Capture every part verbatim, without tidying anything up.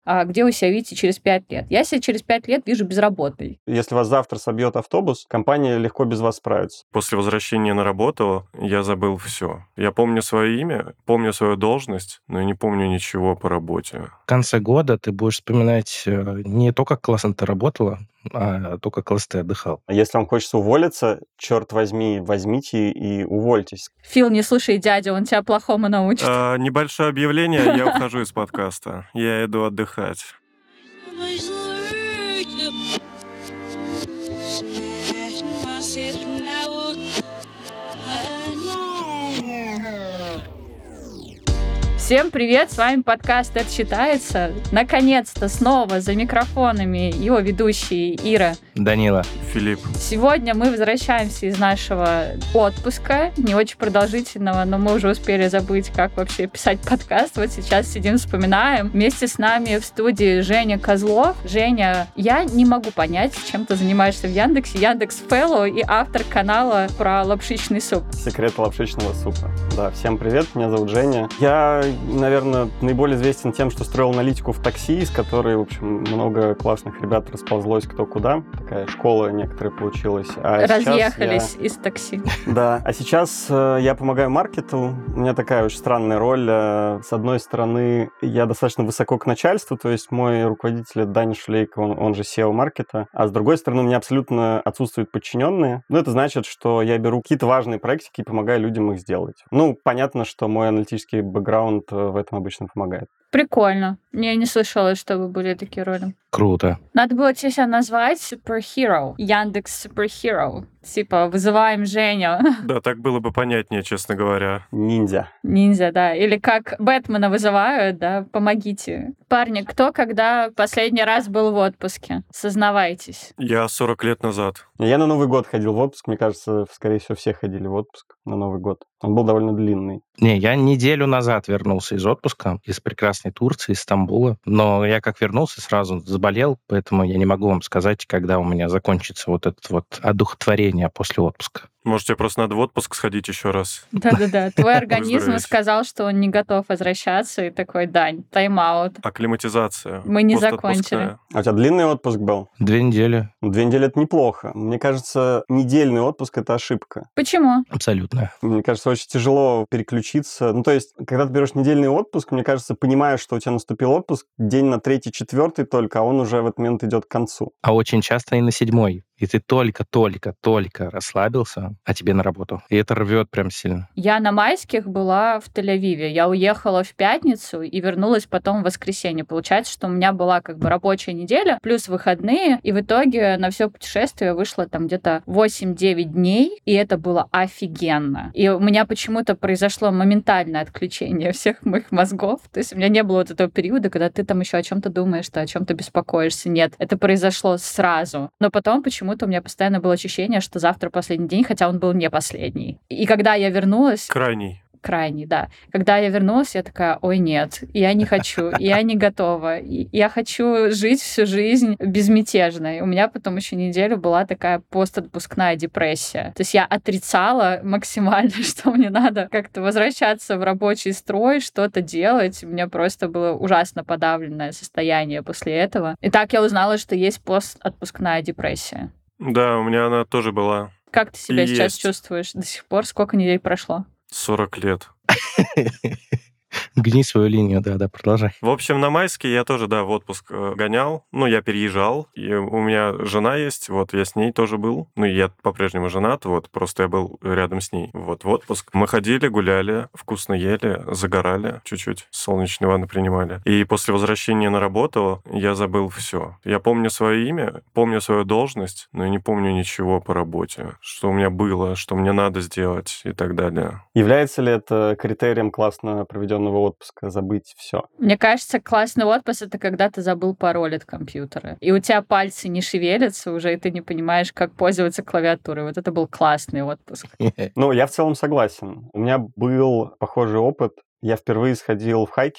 а где вы себя видите через пять лет. Я себя через пять лет вижу безработной. Если вас завтра собьет автобус, компания легко без вас справится. После возвращения на работу я забыл все. Я помню свое имя, помню свою должность, но я не помню ничего по работе. В конце года ты будешь вспоминать не то, как классно ты работала, а то, как классно ты отдыхал. Если вам хочется уволиться, черт возьми, возьмите и увольтесь. Фил, не слушай дядю, он тебя плохому научит. А, небольшое объявление, я ухожу из подкаста. Я иду отдыхать. Всем привет, с вами подкаст «Это считается». Наконец-то снова за микрофонами его ведущие Ира, Данила, Филипп. Сегодня мы возвращаемся из нашего отпуска, не очень продолжительного, но мы уже успели забыть, как вообще писать подкаст. Вот сейчас сидим, вспоминаем. Вместе с нами в студии Женя Козлов. Женя, я не могу понять, чем ты занимаешься в Яндексе. Яндекс Фэллоу и автор канала про лапшичный суп. Секреты лапшичного супа. Да, всем привет, меня зовут Женя. Я, наверное, наиболее известен тем, что строил аналитику в такси, из которой, в общем, много классных ребят расползлось кто куда. Такая школа некоторая получилась. А Разъехались я... из такси. Да, а сейчас э, я помогаю маркету. У меня такая очень странная роль. Э, с одной стороны, я достаточно высоко к начальству, то есть мой руководитель Даня Шлейко, он, он же си и о маркета. А с другой стороны, у меня абсолютно отсутствуют подчиненные. Ну, это значит, что я беру какие-то важные проектики и помогаю людям их сделать. Ну, понятно, что мой аналитический бэкграунд в этом обычно помогает. Прикольно. Я не слышала, чтобы были такие роли. Круто. Надо было тебе себя назвать Superhero. Яндекс Superhero. Типа, вызываем Женю. Да, так было бы понятнее, честно говоря. Ниндзя. Ниндзя, да. Или как Бэтмена вызывают, да, помогите. Парни, кто когда последний раз был в отпуске? Сознавайтесь. Я сорок лет назад. Я на Новый год ходил в отпуск. Мне кажется, скорее всего, все ходили в отпуск на Новый год. Он был довольно длинный. Не, я неделю назад вернулся из отпуска, из прекрасной Турции, из Стамбула. Но я как вернулся, сразу заболел, поэтому я не могу вам сказать, когда у меня закончится вот это вот одухотворение после отпуска. Может, тебе просто надо в отпуск сходить еще раз? Да-да-да. Твой организм Выздороветь. сказал, что он не готов возвращаться, и такой, Дань, тайм-аут. Акклиматизация. Мы не Постотпускная. закончили. А у тебя длинный отпуск был? Две недели. Две недели — это неплохо. Мне кажется, недельный отпуск — это ошибка. Почему? Абсолютно. Мне кажется, очень тяжело переключиться. Ну, то есть, когда ты берешь недельный отпуск, мне кажется, понимаешь, что у тебя наступил отпуск, день на третий, четвертый только, а он уже в этот момент идет к концу. А очень часто и на седьмой. И ты только-только-только расслабился, а тебе на работу. И это рвет прям сильно. Я на майских была в Тель-Авиве. Я уехала в пятницу и вернулась потом в воскресенье. Получается, что у меня была как бы рабочая неделя, плюс выходные, и в итоге на все путешествие вышло там где-то восемь-девять дней, и это было офигенно. И у меня почему-то произошло моментальное отключение всех моих мозгов. То есть у меня не было вот этого периода, когда ты там еще о чем-то думаешь, ты о чем-то беспокоишься. Нет, это произошло сразу. Но потом почему Почему-то у меня постоянно было ощущение, что завтра последний день, хотя он был не последний. И когда я вернулась... Крайний. Крайний, да. Когда я вернулась, я такая, ой, нет, я не хочу, я не готова. Я хочу жить всю жизнь безмятежно. И у меня потом еще неделю была такая постотпускная депрессия. То есть я отрицала максимально, что мне надо как-то возвращаться в рабочий строй, что-то делать. У меня просто было ужасно подавленное состояние после этого. И так я узнала, что есть постотпускная депрессия. Да, у меня она тоже была. Как ты себя И сейчас есть. чувствуешь до сих пор? Сколько недель прошло? сорок лет. Гни свою линию, да-да, продолжай. В общем, на майские я тоже, да, в отпуск э, гонял. Ну, я переезжал, и у меня жена есть, вот, я с ней тоже был. Ну, я по-прежнему женат, вот, просто я был рядом с ней. Вот, в отпуск. Мы ходили, гуляли, вкусно ели, загорали чуть-чуть, солнечные ванны принимали. И после возвращения на работу я забыл все. Я помню свое имя, помню свою должность, но я не помню ничего по работе. Что у меня было, что мне надо сделать и так далее. Является ли это критерием классно проведенного отпуска забыть все? Мне кажется, классный отпуск — это когда ты забыл пароль от компьютера. И у тебя пальцы не шевелятся уже, и ты не понимаешь, как пользоваться клавиатурой. Вот это был классный отпуск. Ну, я в целом согласен. У меня был похожий опыт. Я впервые сходил в хайкинг.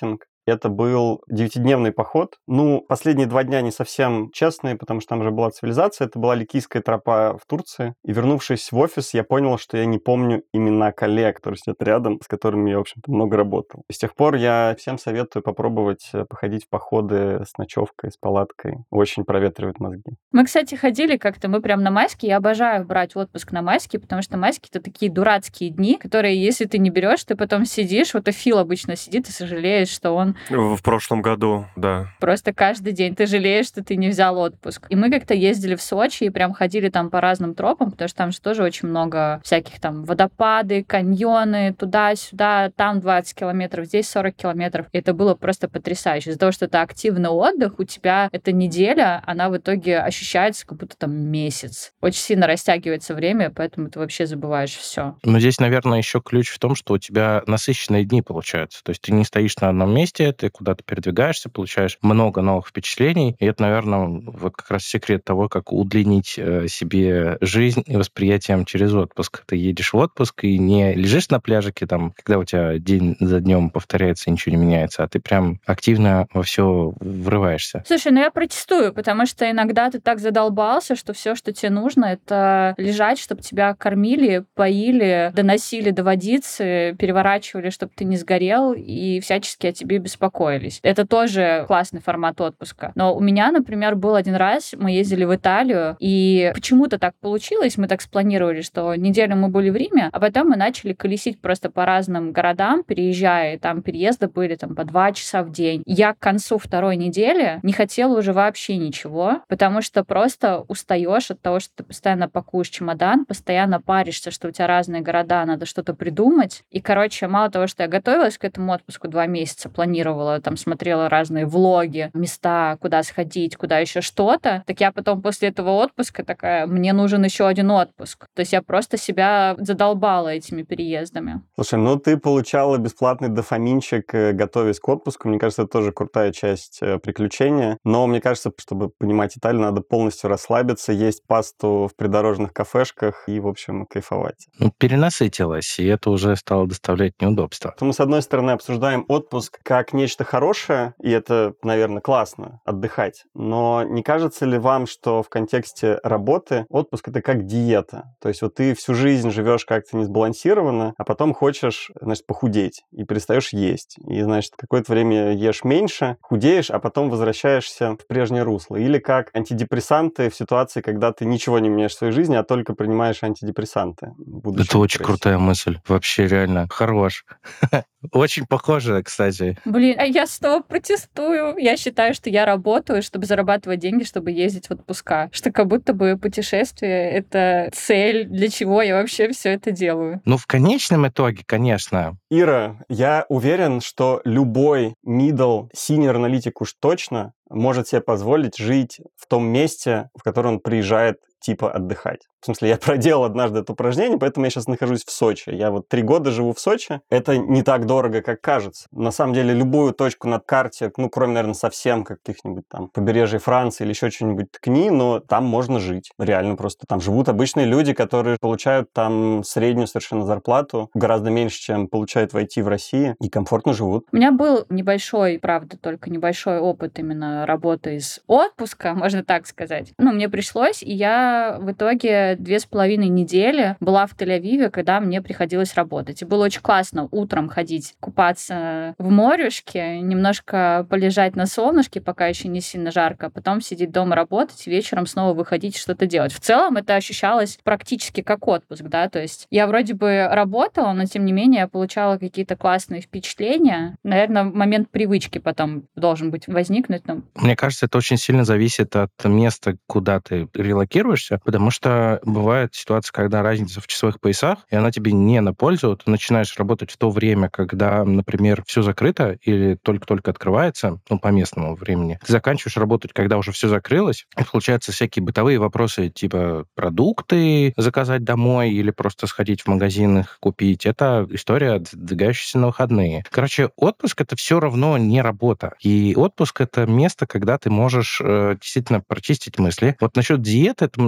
Это был девятидневный поход. Ну, последние два дня не совсем честные, потому что там же была цивилизация. Это была Ликийская тропа в Турции. И вернувшись в офис, я понял, что я не помню имена коллег, которые сидят рядом, с которыми я, в общем-то, много работал. И с тех пор я всем советую попробовать походить в походы с ночевкой, с палаткой. Очень проветривает мозги. Мы, кстати, ходили как-то, мы прям на майские. Я обожаю брать отпуск на майские, потому что майские — это такие дурацкие дни, которые, если ты не берешь, ты потом сидишь, вот и Фил обычно сидит и сожалеет, что он... В прошлом году, да. Просто каждый день ты жалеешь, что ты не взял отпуск. И мы как-то ездили в Сочи и прям ходили там по разным тропам, потому что там же тоже очень много всяких там водопады, каньоны, туда-сюда, там двадцать километров, здесь сорок километров. И это было просто потрясающе. Из-за того, что это активный отдых, у тебя эта неделя, она в итоге ощущается как будто там месяц. Очень сильно растягивается время, поэтому ты вообще забываешь все. Но здесь, наверное, еще ключ в том, что у тебя насыщенные дни получаются. То есть ты не стоишь на одном месте, ты куда-то передвигаешься, получаешь много новых впечатлений. И это, наверное, вот как раз секрет того, как удлинить э, себе жизнь и восприятием через отпуск. Ты едешь в отпуск и не лежишь на пляжике, там, когда у тебя день за днем повторяется и ничего не меняется, а ты прям активно во все врываешься. Слушай, ну я протестую, потому что иногда ты так задолбался, что все, что тебе нужно, это лежать, чтобы тебя кормили, поили, доносили до водицы, переворачивали, чтобы ты не сгорел, и всячески о тебе беспокоились. Это тоже классный формат отпуска. Но у меня, например, был один раз, мы ездили в Италию, и почему-то так получилось, мы так спланировали, что неделю мы были в Риме, а потом мы начали колесить просто по разным городам, переезжая, и там переезды были там по два часа в день. Я к концу второй недели не хотела уже вообще ничего, потому что просто устаешь от того, что ты постоянно пакуешь чемодан, постоянно паришься, что у тебя разные города, надо что-то придумать. И, короче, мало того, что я готовилась к этому отпуску два месяца, планировала, там, смотрела разные влоги, места, куда сходить, куда еще что-то, так я потом после этого отпуска такая, мне нужен еще один отпуск. То есть я просто себя задолбала этими переездами. Слушай, ну ты получала бесплатный дофаминчик, э, готовясь к отпуску. Мне кажется, это тоже крутая часть э, приключения. Но мне кажется, чтобы понимать Италию, надо полностью расслабиться, есть пасту в придорожных кафешках и, в общем, кайфовать. Ну, перенасытилась, и это уже стало доставлять неудобства. То мы, с одной стороны, обсуждаем отпуск как нечто хорошее, и это, наверное, классно, отдыхать. Но не кажется ли вам, что в контексте работы отпуск — это как диета? То есть вот ты всю жизнь живешь как-то несбалансированно, а потом хочешь, значит, похудеть, и перестаешь есть. И, значит, какое-то время ешь меньше, худеешь, а потом возвращаешься в прежнее русло. Или как антидепрессанты в ситуации, когда ты ничего не меняешь в своей жизни, а только принимаешь антидепрессанты. Это очень крутая мысль. Вообще реально хорош. Очень похоже, кстати. Блин, а я снова протестую. Я считаю, что я работаю, чтобы зарабатывать деньги, чтобы ездить в отпуска. Что как будто бы путешествие — это цель, для чего я вообще все это делаю. Ну, в конечном итоге, конечно. Ира, я уверен, что любой middle senior аналитик уж точно может себе позволить жить в том месте, в которое он приезжает типа отдыхать. В смысле, я проделал однажды это упражнение, поэтому я сейчас нахожусь в Сочи. Я вот три года живу в Сочи. Это не так дорого, как кажется. На самом деле, любую точку на карте, ну, кроме, наверное, совсем каких-нибудь там побережья Франции или еще что-нибудь ткни, но там можно жить. Реально просто там живут обычные люди, которые получают там среднюю совершенно зарплату, гораздо меньше, чем получают в ай ти в России, и комфортно живут. У меня был небольшой, правда, только небольшой опыт именно работы из отпуска, можно так сказать. Ну, мне пришлось, и я в итоге две с половиной недели была в Тель-Авиве, когда мне приходилось работать. И было очень классно утром ходить, купаться в морюшке, немножко полежать на солнышке, пока еще не сильно жарко, а потом сидеть дома работать, вечером снова выходить что-то делать. В целом это ощущалось практически как отпуск, да, то есть я вроде бы работала, но тем не менее я получала какие-то классные впечатления. Наверное, момент привычки потом должен быть возникнуть. Но... Мне кажется, это очень сильно зависит от места, куда ты релокируешься, потому что бывает ситуация, когда разница в часовых поясах, и она тебе не на пользу. Ты начинаешь работать в то время, когда, например, все закрыто или только-только открывается, ну, по местному времени. Ты заканчиваешь работать, когда уже все закрылось, и получаются всякие бытовые вопросы, типа продукты заказать домой или просто сходить в магазин их купить. Это история, двигающаяся на выходные. Короче, отпуск — это все равно не работа. И отпуск — это место, когда ты можешь э, действительно прочистить мысли. Вот насчет диеты, это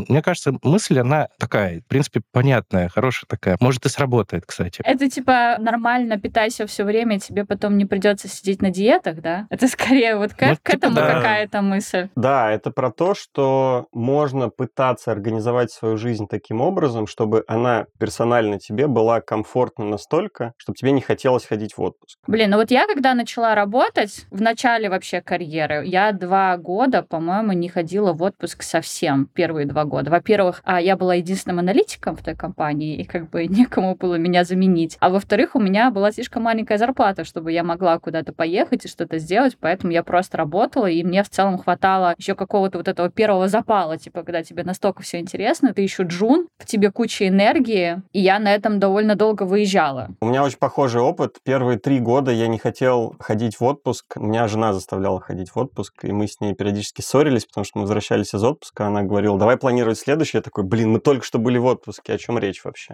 общем, мне кажется, мысль, она такая, в принципе, понятная, хорошая такая. Может, и сработает, кстати. Это типа нормально питайся все время, тебе потом не придется сидеть на диетах, да? Это скорее вот к, Ну, к типа этому да. какая-то мысль. Да, это про то, что можно пытаться организовать свою жизнь таким образом, чтобы она персонально тебе была комфортна настолько, чтобы тебе не хотелось ходить в отпуск. Блин, ну вот я когда начала работать, в начале вообще карьеры, я два года, по-моему, не ходила в отпуск совсем, первые два года. Во-первых, а, я была единственным аналитиком в той компании, и как бы некому было меня заменить. А во-вторых, у меня была слишком маленькая зарплата, чтобы я могла куда-то поехать и что-то сделать, поэтому я просто работала, и мне в целом хватало еще какого-то вот этого первого запала, типа, когда тебе настолько все интересно, ты еще джун, в тебе куча энергии, и я на этом довольно долго выезжала. У меня очень похожий опыт. Первые три года я не хотел ходить в отпуск. Меня жена заставляла ходить в отпуск, и мы с ней периодически ссорились, потому что мы возвращались из отпуска, она говорила, давай планировать следующий. Я такой, блин, мы только что были в отпуске, о чем речь вообще?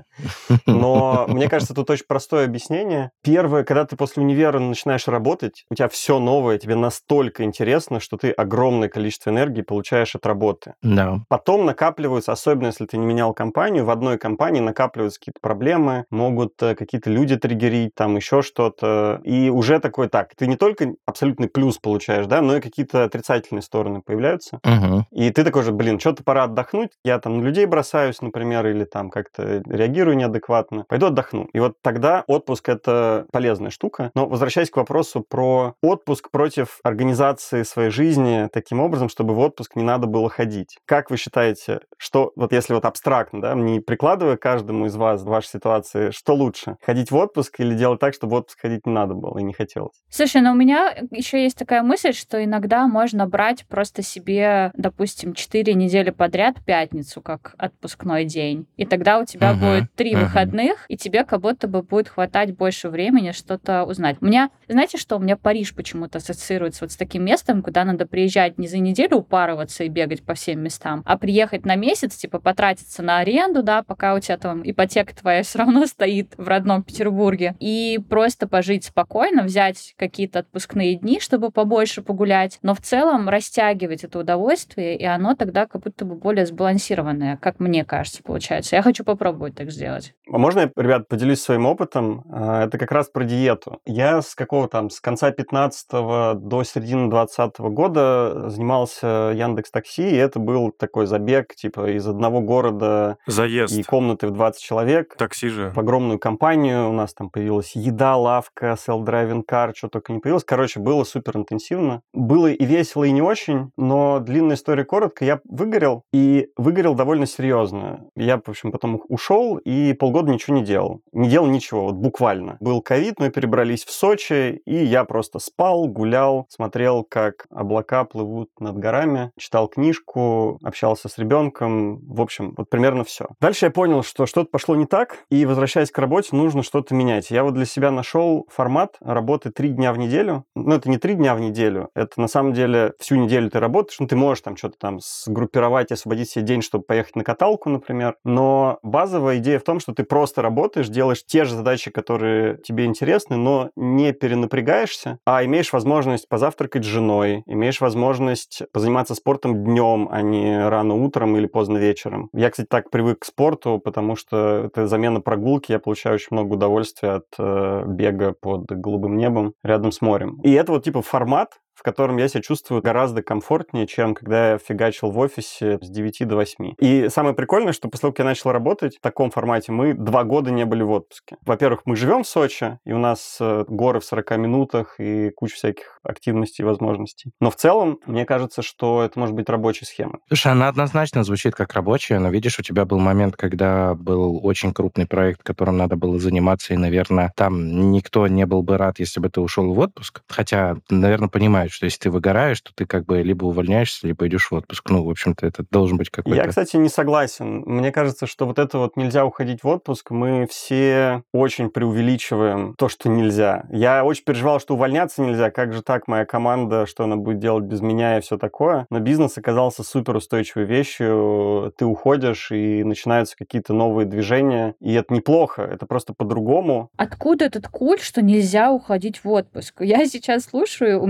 Но мне кажется, тут очень простое объяснение. Первое, когда ты после универа начинаешь работать, у тебя все новое, тебе настолько интересно, что ты огромное количество энергии получаешь от работы. Да. Потом накапливаются, особенно если ты не менял компанию, в одной компании накапливаются какие-то проблемы, могут э, какие-то люди триггерить, там еще что-то. И уже такой, так, ты не только абсолютный плюс получаешь, да, но и какие-то отрицательные стороны появляются. Угу. И ты такой же, блин, что-то пора отдохнуть, я там на людей бросаюсь, например, или там как-то реагирую неадекватно, пойду отдохну. И вот тогда отпуск — это полезная штука. Но возвращаясь к вопросу про отпуск против организации своей жизни таким образом, чтобы в отпуск не надо было ходить. Как вы считаете, что, вот если вот абстрактно, да, не прикладывая каждому из вас в вашей ситуации, что лучше? Ходить в отпуск или делать так, чтобы в отпуск ходить не надо было и не хотелось? Слушай, ну у меня еще есть такая мысль, что иногда можно брать просто себе, допустим, четыре недели подряд пятницу как отпускной день. И тогда у тебя Мгм, будет три мгм. выходных, и тебе как будто бы будет хватать больше времени что-то узнать. У меня, знаете что, у меня Париж почему-то ассоциируется вот с таким местом, куда надо приезжать не за неделю упарываться и бегать по всем местам, а приехать на месяц, типа потратиться на аренду, да, пока у тебя там ипотека твоя все равно стоит в родном Петербурге, и просто пожить спокойно, взять какие-то отпускные дни, чтобы побольше погулять, но в целом растягивать это удовольствие, и оно тогда как будто бы более сбалансированное, как мне кажется, получается. Я хочу попробовать так сделать. А можно я, ребят, поделюсь своим опытом? А, Это как раз про диету. Я с какого там, с конца пятнадцатого до середины двадцатого года занимался Яндекс.Такси, и это был такой забег, типа, из одного города Заезд. и комнаты в двадцать человек Такси же. в огромную компанию. У нас там появилась еда, лавка, селф-драйвинг кар, что только не появилось. Короче, было супер интенсивно. Было и весело, и не очень, но длинная история коротко. Я выгорел, и выгорел довольно серьезно. Я, в общем, потом ушел и полгода ничего не делал. Не делал ничего, вот буквально. Был ковид, мы перебрались в Сочи, и я просто спал, гулял, смотрел, как облака плывут над горами, читал книжку, общался с ребенком. В общем, вот примерно все. Дальше я понял, что что-то пошло не так, и, возвращаясь к работе, нужно что-то менять. Я вот для себя нашел формат работы три дня в неделю. Ну, это не три дня в неделю, это на самом деле всю неделю ты работаешь, ну, ты можешь там что-то там сгруппировать, освободить себе день, чтобы поехать на каталку, например, но базовая идея в том, что ты просто работаешь, делаешь те же задачи, которые тебе интересны, но не перенапрягаешься, а имеешь возможность позавтракать с женой, имеешь возможность позаниматься спортом днем, а не рано утром или поздно вечером. Я, кстати, так привык к спорту, потому что это замена прогулки, я получаю очень много удовольствия от э, бега под голубым небом рядом с морем. И это вот типа формат, в котором я себя чувствую гораздо комфортнее, чем когда я фигачил в офисе с девяти до восьми. И самое прикольное, что после того, как я начал работать в таком формате, мы два года не были в отпуске. Во-первых, мы живем в Сочи, и у нас э, горы в сорока минутах и куча всяких активностей и возможностей. Но в целом, мне кажется, что это может быть рабочей схемой. Слушай, она однозначно звучит как рабочая, но видишь, у тебя был момент, когда был очень крупный проект, которым надо было заниматься, и, наверное, там никто не был бы рад, если бы ты ушел в отпуск. Хотя, наверное, понимают, что если ты выгораешь, то ты как бы либо увольняешься, либо идешь в отпуск. Ну, в общем-то, это должен быть какой-то... Я, кстати, не согласен. Мне кажется, что вот это вот нельзя уходить в отпуск, мы все очень преувеличиваем то, что нельзя. Я очень переживал, что увольняться нельзя, как же так, моя команда, что она будет делать без меня и все такое. Но бизнес оказался суперустойчивой вещью. Ты уходишь, и начинаются какие-то новые движения, и это неплохо, это просто по-другому. Откуда этот культ, что нельзя уходить в отпуск? Я сейчас слушаю, у меня Вот шок.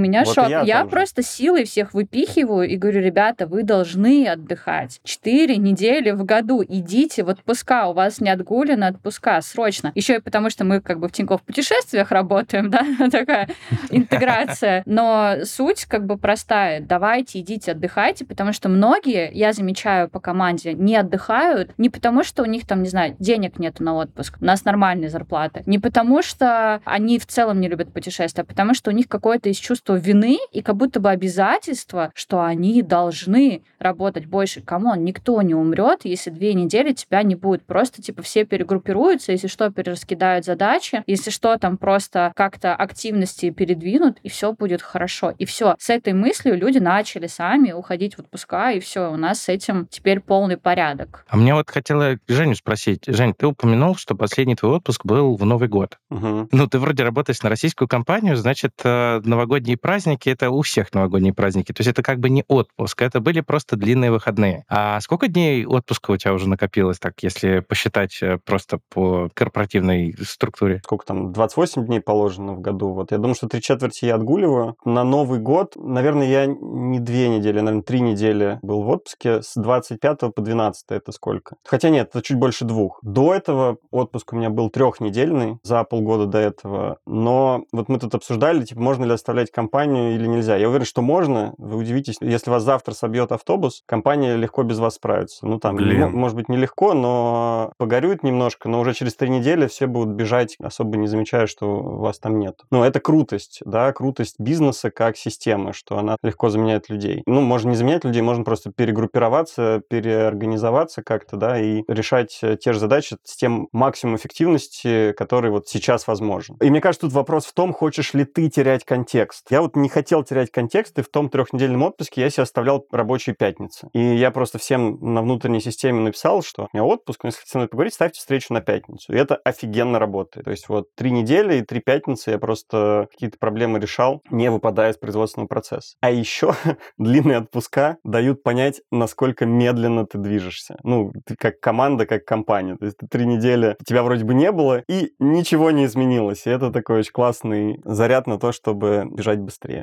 я, я я там же. просто силой всех выпихиваю и говорю, ребята, вы должны отдыхать. Четыре недели в году идите в отпуска, у вас не отгулены отпуска, срочно. Еще и потому, что мы как бы в Тинькофф путешествиях работаем, да, такая интеграция. Но суть как бы простая. Давайте, идите, отдыхайте, потому что многие, я замечаю по команде, не отдыхают не потому, что у них там, не знаю, денег нету на отпуск, у нас нормальные зарплаты, не потому, что они в целом не любят путешествия, а потому, что у них какое-то есть чувство вины и как будто бы обязательство, что они должны работать больше. Камон, никто не умрет, если две недели тебя не будет. Просто, типа, все перегруппируются, если что, перераскидают задачи, если что, там просто как-то активности передвинут, и все будет хорошо. И все. С этой мыслью люди начали сами уходить в отпуска, и все, у нас с этим теперь полный порядок. А мне вот хотела Женю спросить. Жень, ты упомянул, что последний твой отпуск был в Новый год. Угу. Ну, ты вроде работаешь на российскую компанию, значит, э, новогодние праздники — это у всех новогодние праздники. То есть это как бы не отпуск, это были просто длинные выходные. А сколько дней отпуска у тебя уже накопилось, так, если посчитать э, просто по корпоративной структуре? Сколько там, двадцать восемь дней положено в году. Вот я думаю, что три четверти я отгуливаю. На Новый год, наверное, я не две недели, наверное, три недели был в отпуске. С двадцать пятого по двенадцатое это сколько? Хотя нет, это чуть больше двух. До этого отпуск у меня был трехнедельный, за полгода до этого. Но вот мы тут обсуждали, типа, можно ли оставлять компанию или нельзя. Я уверен, что можно. Вы удивитесь, если вас завтра собьет автобус, компания легко без вас справится. Ну, там, Блин. м- может быть, нелегко, но погорюет немножко, но уже через три недели все будут бежать, особо не замечая, что вас там нет. Ну, это крутость, да, крутость бизнеса как системы, что она легко заменяет людей. Ну, можно не заменять людей, можно просто перегруппироваться, переорганизоваться как-то, да, и решать те же задачи с тем максимумом эффективности, который вот сейчас возможен. И мне кажется, тут вопрос в том, хочешь ли ты терять контекст. Я вот не хотел терять контекст, и в том трехнедельном отпуске я себе оставлял рабочие пятницы. И я просто всем на внутренней системе написал, что у меня отпуск, но если хотите со мной поговорить, ставьте встречу на пятницу. И это офигенно работает. То есть вот три недели и три пятницы я просто какие-то проблемы решал, не выпадая из производственного процесса. А еще длинные отпуска дают понять, насколько медленно ты движешься. Ну, ты как команда, как компания. То есть три недели тебя вроде бы не было, и ничего не изменилось. И это такой очень классный заряд на то, чтобы бежать быстрее.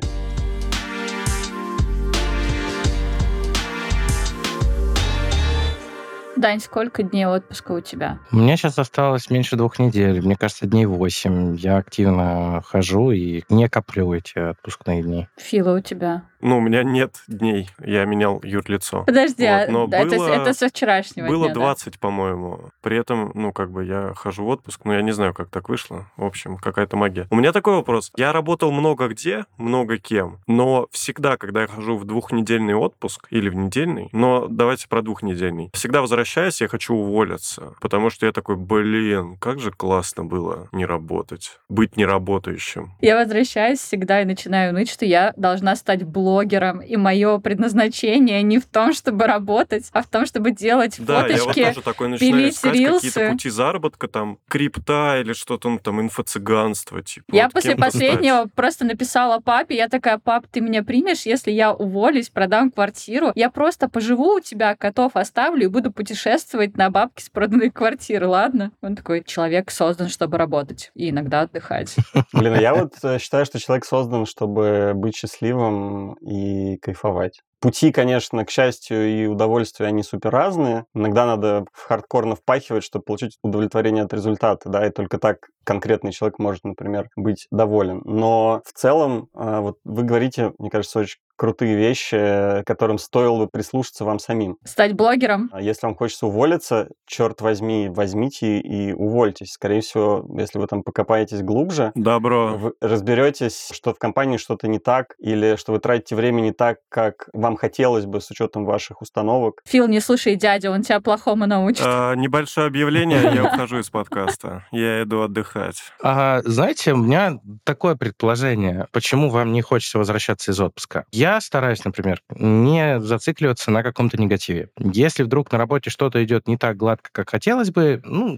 Дань, сколько дней отпуска у тебя? У меня сейчас осталось меньше двух недель. Мне кажется, дней восемь. Я активно хожу и не коплю эти отпускные дни. Фила, у тебя? Ну, у меня нет дней. Я менял юрлицо. Подожди, Вот, а но это, было- это со вчерашнего Было дня, да? двадцать, по-моему. При этом, ну, как бы я хожу в отпуск, но я не знаю, как так вышло. В общем, какая-то магия. У меня такой вопрос. Я работал много где, много кем, но всегда, когда я хожу в двухнедельный отпуск или в недельный, но давайте про двухнедельный, всегда возвращаясь, я хочу уволиться, потому что я такой, блин, как же классно было не работать, быть неработающим. Я возвращаюсь всегда и начинаю ныть, что я должна стать блогером, и мое предназначение не в том, чтобы работать, а в том, чтобы делать Да, я вот фоточки. тоже такой начинаю пилить искать рилсы. какие-то пути заработка, там, крипта или что-то, ну, там, инфо-цыганство, типа. Я вот после кем-то последнего стать. просто написала папе, я такая, пап, ты меня примешь, если я уволюсь, продам квартиру? Я просто поживу у тебя, котов оставлю и буду путешествовать на бабки с проданной квартиры, ладно? Он такой, человек создан, чтобы работать и иногда отдыхать. Блин, а я вот э, считаю, что человек создан, чтобы быть счастливым и кайфовать. Пути, конечно, к счастью и удовольствию, они супер разные. Иногда надо хардкорно впахивать, чтобы получить удовлетворение от результата, да, и только так конкретный человек может, например, быть доволен. Но в целом, э, вот вы говорите, мне кажется, очень крутые вещи, которым стоило бы прислушаться вам самим. Стать блогером? А если вам хочется уволиться, черт возьми, возьмите и увольтесь. Скорее всего, если вы там покопаетесь глубже, Добро. вы разберетесь, что в компании что-то не так, или что вы тратите время не так, как вам хотелось бы с учетом ваших установок. Фил, не слушай дядю, он тебя плохому научит. А, небольшое объявление, я ухожу из подкаста. Я иду отдыхать. А, знаете, у меня такое предположение, почему вам не хочется возвращаться из отпуска. Я стараюсь, например, не зацикливаться на каком-то негативе. Если вдруг на работе что-то идет не так гладко, как хотелось бы, ну, я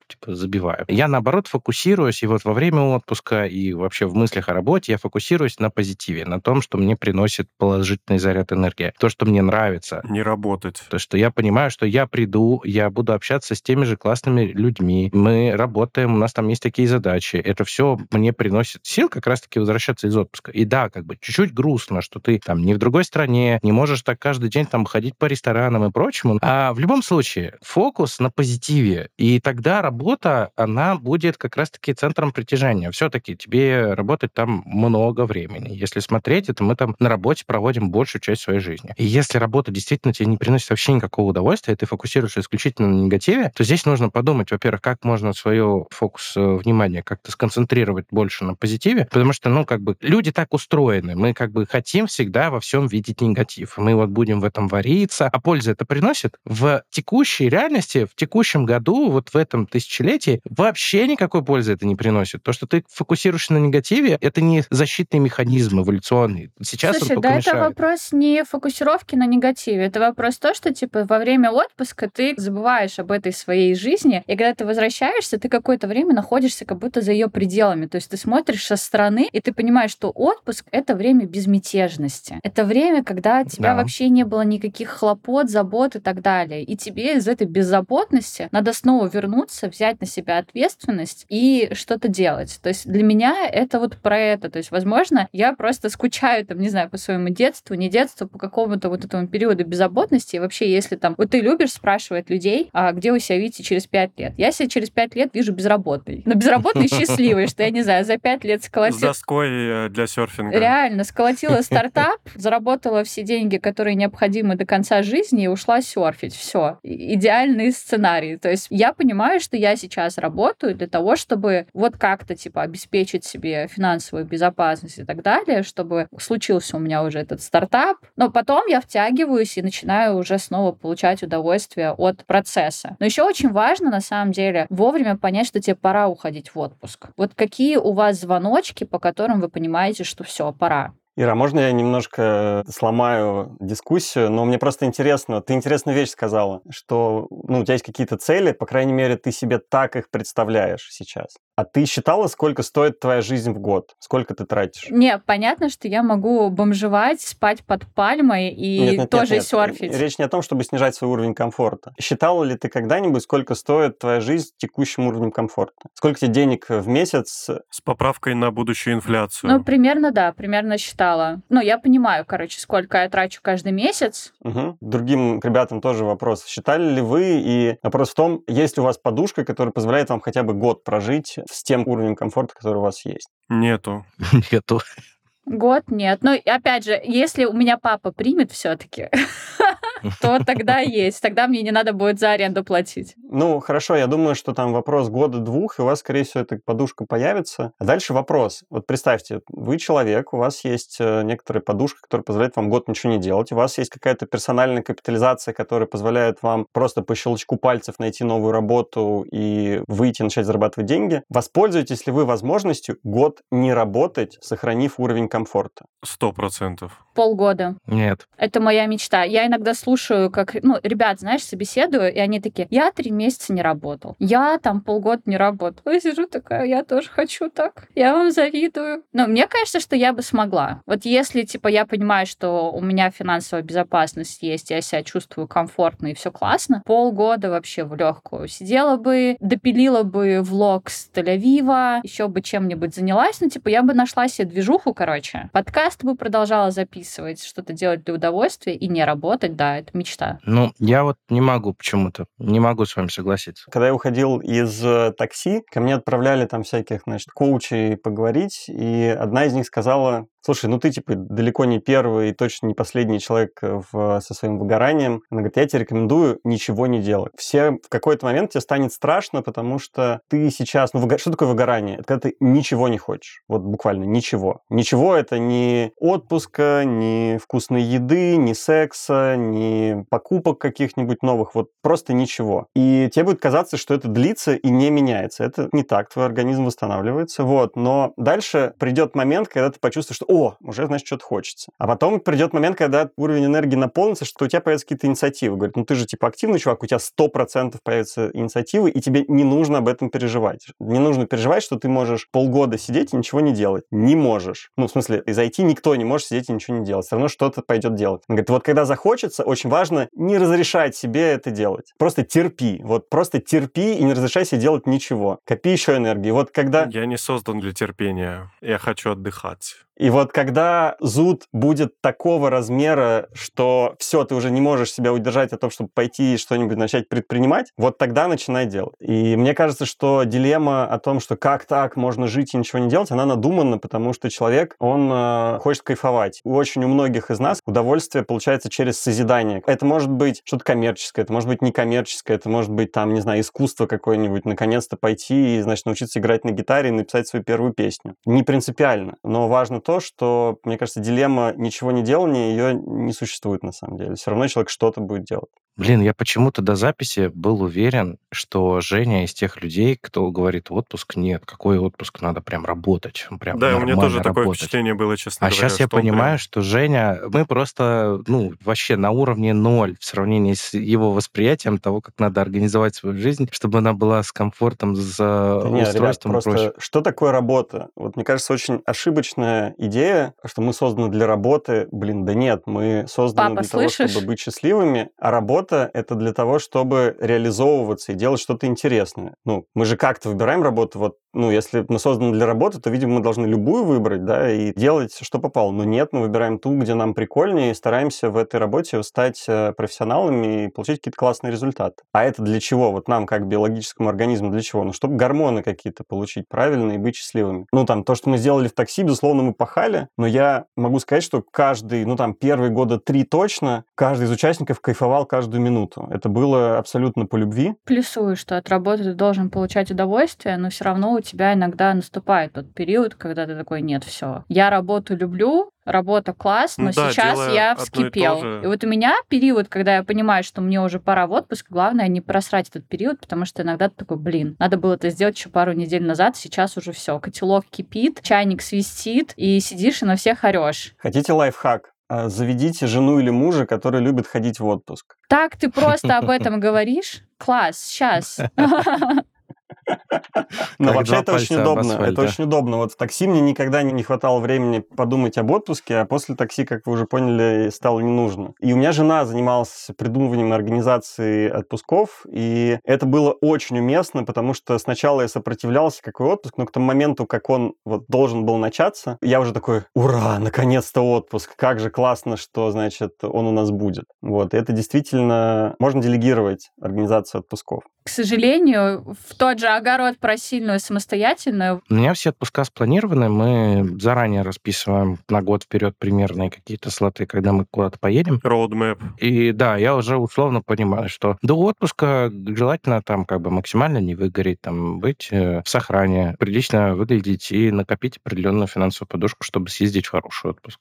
типа, забиваю. Я, наоборот, фокусируюсь, и вот во время отпуска, и вообще в мыслях о работе я фокусируюсь на позитиве, на том, что мне приносит положительный заряд энергии, то, что мне нравится. Не работать. То, что я понимаю, что я приду, я буду общаться с теми же классными людьми, мы работаем, у нас там есть такие задачи. Это все мне приносит сил как раз-таки возвращаться из отпуска. И да, как бы чуть-чуть грустно, что ты там не в другой стране, не можешь так каждый день там ходить по ресторанам и прочему. А в любом случае, фокус на позитиве. И тогда работа, она будет как раз-таки центром притяжения. Все-таки тебе работать там много времени. Если смотреть, это мы там на работе проводим большую часть своей жизни. И если работа действительно тебе не приносит вообще никакого удовольствия, и ты фокусируешься исключительно на негативе, то здесь нужно подумать, во-первых, как можно свое фокус э, внимания как-то сконцентрировать больше на позитиве, потому что, ну, как бы, люди так устроены. Мы как бы хотим всегда во всем видеть негатив. Мы вот будем в этом вариться. А польза это приносит? В текущей реальности, в текущем году, вот в этом тысячелетии, вообще никакой пользы это не приносит. То, что ты фокусируешься на негативе, это не защитный механизм эволюционный. Сейчас Слушай, он да, только это мешает. вопрос не фокусировки на негативе. Это вопрос то, что, типа, во время отпуска ты забываешь об этой своей жизни, и когда ты возвращаешься, ты какое-то время находишься как будто за ее пределами. То есть ты смотришь со стороны, и ты понимаешь, что отпуск — это время безмятежности. Это время, когда у тебя Да. вообще не было никаких хлопот, забот и так далее. И тебе из этой беззаботности надо снова вернуться, взять на себя ответственность и что-то делать. То есть для меня это вот про это. То есть, возможно, я просто скучаю, там, не знаю, по своему детству, не детству, по какому-то вот этому периоду беззаботности. И вообще, если там, вот ты любишь спрашивать людей, а где вы себя видите через пять лет? Я себя через пять лет вижу безработной. Но безработной и счастливой, что я, не знаю, за пять лет С сколотила... доской э, для серфинга. Реально, сколотила стартап, заработала все деньги, которые необходимы до конца жизни, и ушла серфить. Все. Идеальный сценарий. То есть я понимаю, что я сейчас работаю для того, чтобы вот как-то, типа, обеспечить себе финансовую безопасность и так далее, чтобы случился у меня уже этот стартап. Но потом я втягиваюсь и начинаю уже снова получать удовольствие от процесса. Но еще очень важно, на самом деле, вовремя понять, что тебе пора уходить в отпуск. Вот какие у вас звоночки, по которым вы понимаете, что все, пора? Ира, можно я немножко сломаю дискуссию? Но мне просто интересно, ты интересную вещь сказала, что ну, у тебя есть какие-то цели, по крайней мере, ты себе так их представляешь сейчас. А ты считала, сколько стоит твоя жизнь в год? Сколько ты тратишь? Не, понятно, что я могу бомжевать, спать под пальмой и Нет, нет, тоже нет, нет. серфить. Речь не о том, чтобы снижать свой уровень комфорта. Считала ли ты когда-нибудь, сколько стоит твоя жизнь текущим уровнем комфорта? Сколько тебе денег в месяц? С поправкой на будущую инфляцию. Ну, примерно, да, примерно считала. Ну, я понимаю, короче, сколько я трачу каждый месяц. Угу. Другим ребятам тоже вопрос. Считали ли вы? И вопрос в том, есть ли у вас подушка, которая позволяет вам хотя бы год прожить с тем уровнем комфорта, который у вас есть? Нету. Нету. Год нет. Ну, опять же, если у меня папа примет все-таки, то тогда есть. Тогда мне не надо будет за аренду платить. Ну, хорошо, я думаю, что там вопрос года-двух, и у вас, скорее всего, эта подушка появится. А дальше вопрос. Вот представьте, вы человек, у вас есть некоторая подушка, которая позволяет вам год ничего не делать, у вас есть какая-то персональная капитализация, которая позволяет вам просто по щелчку пальцев найти новую работу и выйти, начать зарабатывать деньги. Воспользуетесь ли вы возможностью год не работать, сохранив уровень комфорта? Сто процентов. Полгода. Нет. Это моя мечта. Я иногда слушаю, как, ну, ребят, знаешь, собеседую, и они такие, я три месяца не работал. Я там полгода не работал. Я сижу такая, я тоже хочу так. Я вам завидую. Но мне кажется, что я бы смогла. Вот если, типа, я понимаю, что у меня финансовая безопасность есть, я себя чувствую комфортно и все классно, полгода вообще в легкую. Сидела бы, допилила бы влог с Тель-Авива, еще бы чем-нибудь занялась, ну, типа, я бы нашла себе движуху, короче. Подкаст бы продолжала записывать, что-то делать для удовольствия и не работать, да, это мечта. Ну, я вот не могу почему-то. Не могу с вами согласиться. Когда я уходил из э, такси, ко мне отправляли там всяких, значит, коучей поговорить, и одна из них сказала: слушай, ну ты, типа, далеко не первый и точно не последний человек в, со своим выгоранием. Она говорит, я тебе рекомендую ничего не делать. Все в какой-то момент тебе станет страшно, потому что ты сейчас... Ну, выго... что такое выгорание? Это когда ты ничего не хочешь. Вот буквально ничего. Ничего — это ни отпуска, ни вкусной еды, ни секса, ни ни покупок каких-нибудь новых, вот просто ничего. И тебе будет казаться, что это длится и не меняется. Это не так, твой организм восстанавливается, вот. Но дальше придет момент, когда ты почувствуешь, что, о, уже, значит, что-то хочется. А потом придет момент, когда уровень энергии наполнится, что у тебя появятся какие-то инициативы. Говорит, ну ты же типа активный чувак, у тебя сто процентов появятся инициативы, и тебе не нужно об этом переживать. Не нужно переживать, что ты можешь полгода сидеть и ничего не делать. Не можешь. Ну, в смысле, из ай ти никто не может сидеть и ничего не делать. Все равно что-то пойдет делать. Он говорит, вот когда захочется, очень важно не разрешать себе это делать. Просто терпи. Вот просто терпи и не разрешай себе делать ничего. Копи еще энергии. Вот когда... Я не создан для терпения. Я хочу отдыхать. И вот когда зуд будет такого размера, что все, ты уже не можешь себя удержать от того, чтобы пойти и что-нибудь начать предпринимать, вот тогда начинай делать. И мне кажется, что дилемма о том, что как так можно жить и ничего не делать, она надуманна, потому что человек, он э, хочет кайфовать. У очень у многих из нас удовольствие получается через созидание. Это может быть что-то коммерческое, это может быть некоммерческое, это может быть, там, не знаю, искусство какое-нибудь, наконец-то пойти и, значит, научиться играть на гитаре и написать свою первую песню. Не принципиально, но важно то, что, мне кажется, дилемма ничего не делания, ее не существует на самом деле. Все равно человек что-то будет делать. Блин, я почему-то до записи был уверен, что Женя из тех людей, кто говорит, отпуск нет, какой отпуск, надо прям работать, прям Да, у меня тоже такое работать. впечатление было, честно А говоря. сейчас я что он понимаю, прям- что Женя, мы просто, ну, вообще на уровне ноль в сравнении с его восприятием того, как надо организовать свою жизнь, чтобы она была с комфортом, с Да э, нет, ребят, устройством и просто прочим. что такое работа? Вот мне кажется, очень ошибочная идея, что мы созданы для работы. Блин, да нет, мы созданы Папа, для того, слышишь? чтобы быть счастливыми, а работа — это для того, чтобы реализовываться и делать что-то интересное. Ну, мы же как-то выбираем работу, вот, ну, если мы созданы для работы, то, видимо, мы должны любую выбрать, да, и делать, что попало. Но нет, мы выбираем ту, где нам прикольнее, и стараемся в этой работе стать э, профессионалами и получить какие-то классные результаты. А это для чего? Вот нам, как биологическому организму, для чего? Ну, чтобы гормоны какие-то получить правильные и быть счастливыми. Ну, там, то, что мы сделали в такси, безусловно, мы пахали, но я могу сказать, что каждый, ну, там, первые года три точно, каждый из участников кайфовал каждую минуту. Это было абсолютно по любви. Плюсую, что от работы ты должен получать удовольствие, но все равно у тебя иногда наступает тот период, когда ты такой, нет, все. Я работу люблю, работа класс, но Ну да, сейчас делая я одно и вскипел. то же. И вот у меня период, когда я понимаю, что мне уже пора в отпуск, главное не просрать этот период, потому что иногда ты такой, блин, надо было это сделать еще пару недель назад, сейчас уже все, котелок кипит, чайник свистит, и сидишь и на всех орешь. Хотите лайфхак? А, Заведите жену или мужа, который любит ходить в отпуск. Так ты просто об этом говоришь? Класс, сейчас. Но Как вообще два это очень пальца об удобно. асфальт, Это да. очень удобно. Вот в такси мне никогда не не хватало времени подумать об отпуске, а после такси, как вы уже поняли, стало не нужно. И у меня жена занималась придумыванием и организацией отпусков, и это было очень уместно, потому что сначала я сопротивлялся, какой отпуск, но к тому моменту, как он вот должен был начаться, я уже такой, ура, наконец-то отпуск, как же классно, что, значит, он у нас будет. Вот, и это действительно можно делегировать организацию отпусков. К сожалению, в тот же огород про сильную самостоятельную. У меня все отпуска спланированы, мы заранее расписываем на год вперед примерные какие-то слоты, когда мы куда-то поедем. Roadmap. И да, я уже условно понимаю, что до отпуска желательно там как бы максимально не выгореть, там быть э, в сохране, прилично выглядеть и накопить определенную финансовую подушку, чтобы съездить в хороший отпуск.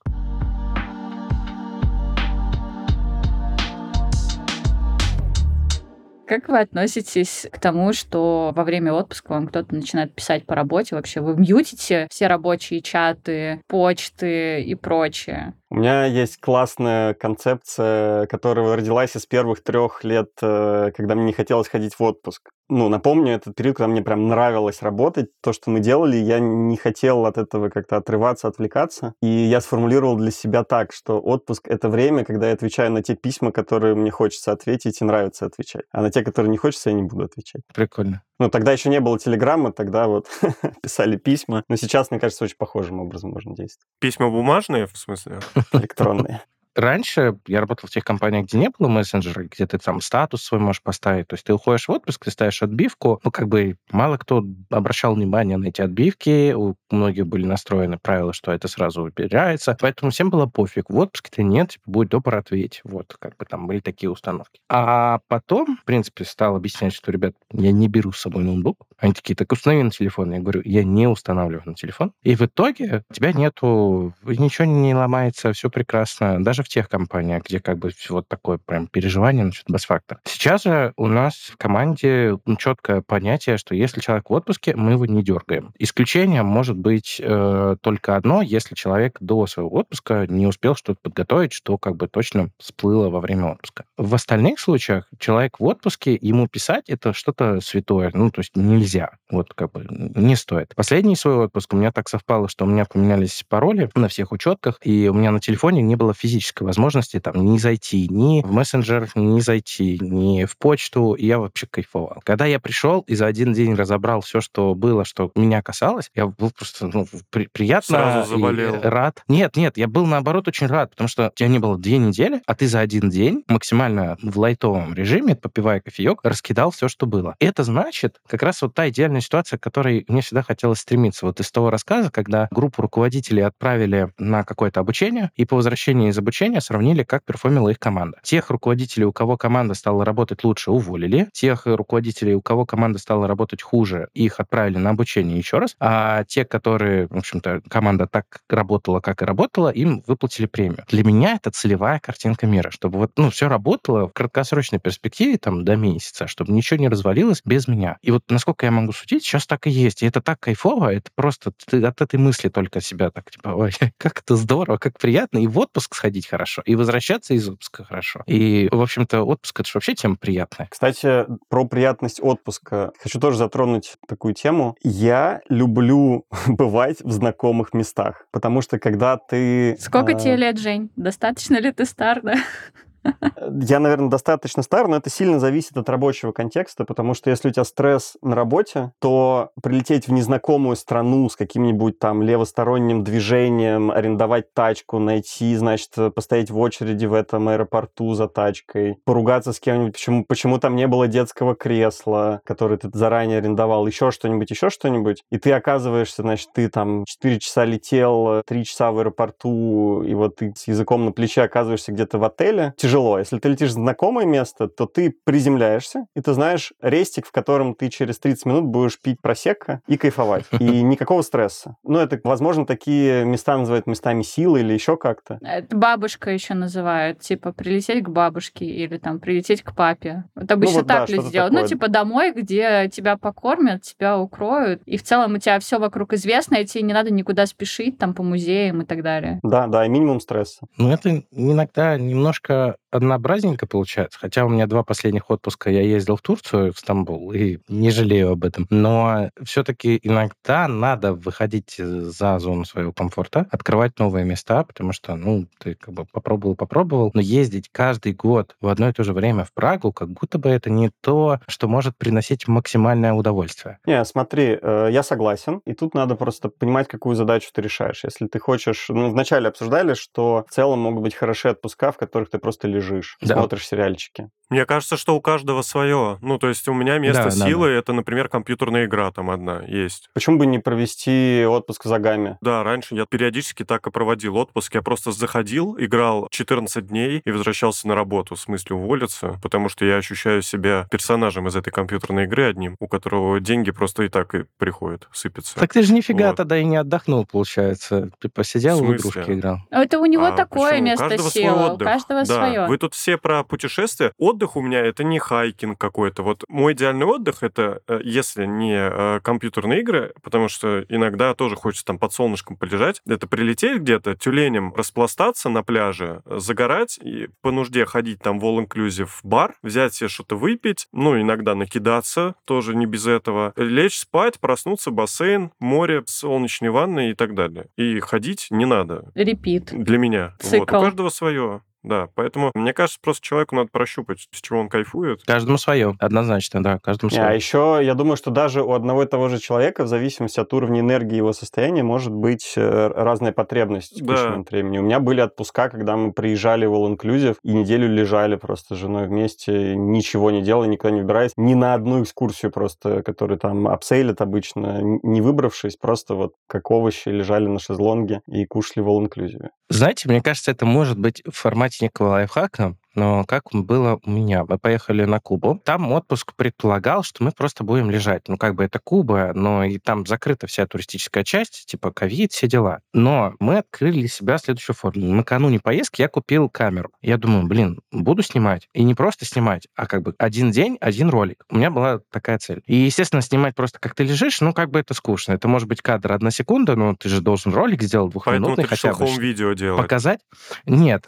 Как вы относитесь к тому, что во время отпуска вам кто-то начинает писать по работе? Вообще вы мьютите все рабочие чаты, почты и прочее? У меня есть классная концепция, которая родилась из первых трех лет, э, когда мне не хотелось ходить в отпуск. Ну, напомню, этот период, когда мне прям нравилось работать, то, что мы делали, я не хотел от этого как-то отрываться, отвлекаться. И я сформулировал для себя так, что отпуск — это время, когда я отвечаю на те письма, которые мне хочется ответить и нравится отвечать. А на те, которые не хочется, я не буду отвечать. Прикольно. Ну, тогда еще не было телеграммы, тогда вот писали письма. Но сейчас, мне кажется, очень похожим образом можно действовать. Письма бумажные, в смысле? Электронные. Раньше я работал в тех компаниях, где не было мессенджера, где ты там статус свой можешь поставить. То есть ты уходишь в отпуск, ты ставишь отбивку. Ну, как бы мало кто обращал внимание на эти отбивки. У многих были настроены правила, что это сразу убирается. Поэтому всем было пофиг. В отпуске-то нет, типа, будь добр, ответь. Вот, как бы там были такие установки. А потом, в принципе, стал объяснять, что, ребят, я не беру с собой ноутбук. Они такие, так установи на телефон. Я говорю, я не устанавливаю на телефон. И в итоге у тебя нету, ничего не ломается, все прекрасно. Даже в в тех компаниях, где как бы вот такое прям переживание насчет бас-фактора. Сейчас же у нас в команде четкое понятие, что если человек в отпуске, мы его не дергаем. Исключением может быть э, только одно, если человек до своего отпуска не успел что-то подготовить, что как бы точно всплыло во время отпуска. В остальных случаях человек в отпуске, ему писать это что-то святое, ну, то есть нельзя, вот как бы не стоит. Последний свой отпуск у меня так совпало, что у меня поменялись пароли на всех учетках, и у меня на телефоне не было физической возможности там ни зайти, ни в мессенджер, ни зайти, ни в почту, и я вообще кайфовал. Когда я пришел и за один день разобрал все, что было, что меня касалось, я был просто ну, при, приятно Сразу заболел. И рад. Нет, нет, я был, наоборот, очень рад, потому что у тебя не было две недели, а ты за один день максимально в лайтовом режиме, попивая кофеек, раскидал все, что было. Это значит как раз вот та идеальная ситуация, к которой мне всегда хотелось стремиться. Вот из того рассказа, когда группу руководителей отправили на какое-то обучение, и по возвращении из обучения сравнили, как перформила их команда. Тех руководителей, у кого команда стала работать лучше, уволили. Тех руководителей, у кого команда стала работать хуже, их отправили на обучение еще раз. А те, которые, в общем-то, команда так работала, как и работала, им выплатили премию. Для меня это целевая картинка мира, чтобы вот, ну, все работало в краткосрочной перспективе, там, до месяца, чтобы ничего не развалилось без меня. И вот, насколько я могу судить, сейчас так и есть. И это так кайфово, это просто ты от этой мысли только себя так, типа, ой, как это здорово, как приятно, и в отпуск сходить хорошо, и возвращаться из отпуска хорошо. И, в общем-то, отпуск — это же вообще тема приятная. Кстати, про приятность отпуска. Хочу тоже затронуть такую тему. Я люблю бывать в знакомых местах, потому что когда ты... Сколько э, тебе лет, Жень? Достаточно ли ты стар, да? Я, наверное, достаточно стар, но это сильно зависит от рабочего контекста, потому что если у тебя стресс на работе, то прилететь в незнакомую страну с каким-нибудь там левосторонним движением, арендовать тачку, найти, значит, постоять в очереди в этом аэропорту за тачкой, поругаться с кем-нибудь, почему, почему там не было детского кресла, которое ты заранее арендовал, еще что-нибудь, еще что-нибудь, и ты оказываешься, значит, ты там четыре часа летел, три часа в аэропорту, и вот ты с языком на плече оказываешься где-то в отеле, тяжело. Если ты летишь в знакомое место, то ты приземляешься, и ты знаешь рестик, в котором ты через тридцать минут будешь пить просекко и кайфовать. И никакого стресса. Ну, это, возможно, такие места называют местами силы или еще как-то. Это бабушка еще называют. Типа, прилететь к бабушке или там прилететь к папе. Вот обычно Ну вот так да, люди что-то делают. такое. Ну, типа, домой, где тебя покормят, тебя укроют. И в целом у тебя все вокруг известно, и тебе не надо никуда спешить, там, по музеям и так далее. Да, да, и минимум стресса. Ну, это иногда немножко однообразненько получается. Хотя у меня два последних отпуска я ездил в Турцию, в Стамбул, и не жалею об этом. Но все-таки иногда надо выходить за зону своего комфорта, открывать новые места, потому что, ну, ты как бы попробовал, попробовал, но ездить каждый год в одно и то же время в Прагу, как будто бы это не то, что может приносить максимальное удовольствие. Не, смотри, э, я согласен, и тут надо просто понимать, какую задачу ты решаешь. Если ты хочешь... Ну, вначале обсуждали, что в целом могут быть хорошие отпуска, в которых ты просто лежишь, Да. смотришь сериальчики. Мне кажется, что у каждого свое. Ну, то есть у меня место Да, да, силы, да. это, например, компьютерная игра там одна есть. Почему бы не провести отпуск за гамме? Да, раньше я периодически так и проводил отпуск. Я просто заходил, играл четырнадцать дней и возвращался на работу, в смысле уволиться, потому что я ощущаю себя персонажем из этой компьютерной игры одним, у которого деньги просто и так и приходят, сыпятся. Так ты же нифига Вот. тогда и не отдохнул, получается. Ты посидел В в смысле? игрушки играл. А это у него А такое почему? У место каждого свой силы, у отдых. каждого Да, свое. вы тут все про путешествия. Отдых у меня это не хайкинг какой-то. Вот мой идеальный отдых это, э, если не э, компьютерные игры, потому что иногда тоже хочется там под солнышком полежать, это прилететь где-то, тюленем распластаться на пляже, э, загорать и по нужде ходить там в all-inclusive бар, взять себе что-то выпить, ну, иногда накидаться, тоже не без этого, лечь спать, проснуться, бассейн, море, солнечные ванны и так далее. И ходить не надо. Репит. Для меня. Вот. Цикл. У каждого свое. Да, поэтому, мне кажется, просто человеку надо прощупать, с чего он кайфует. Каждому свое, однозначно, да, каждому Не, а свое. еще я думаю, что даже у одного и того же человека, в зависимости от уровня энергии его состояния, может быть э, разная потребность в текущий Да. момент времени. У меня были отпуска, когда мы приезжали в All Inclusive и неделю лежали просто с женой вместе, ничего не делали, никуда не выбираясь, ни на одну экскурсию просто, которую там апсейлят обычно, н- не выбравшись, просто вот как овощи лежали на шезлонге и кушали в All Inclusive. Знаете, мне кажется, это может быть в формате некого лайфхака, но как было у меня? Мы поехали на Кубу. Там отпуск предполагал, что мы просто будем лежать. Ну, как бы это Куба, но и там закрыта вся туристическая часть, типа ковид, все дела. Но мы открыли для себя следующую формулу. Накануне поездки я купил камеру. Я думаю, блин, буду снимать. И не просто снимать, а как бы один день, один ролик. У меня была такая цель. И, естественно, снимать просто как ты лежишь, ну, как бы это скучно. Это может быть кадр одна секунда, но ты же должен ролик сделать двухминутный хотя бы. Поэтому ты решил хоум-видео делать. Показать? Нет.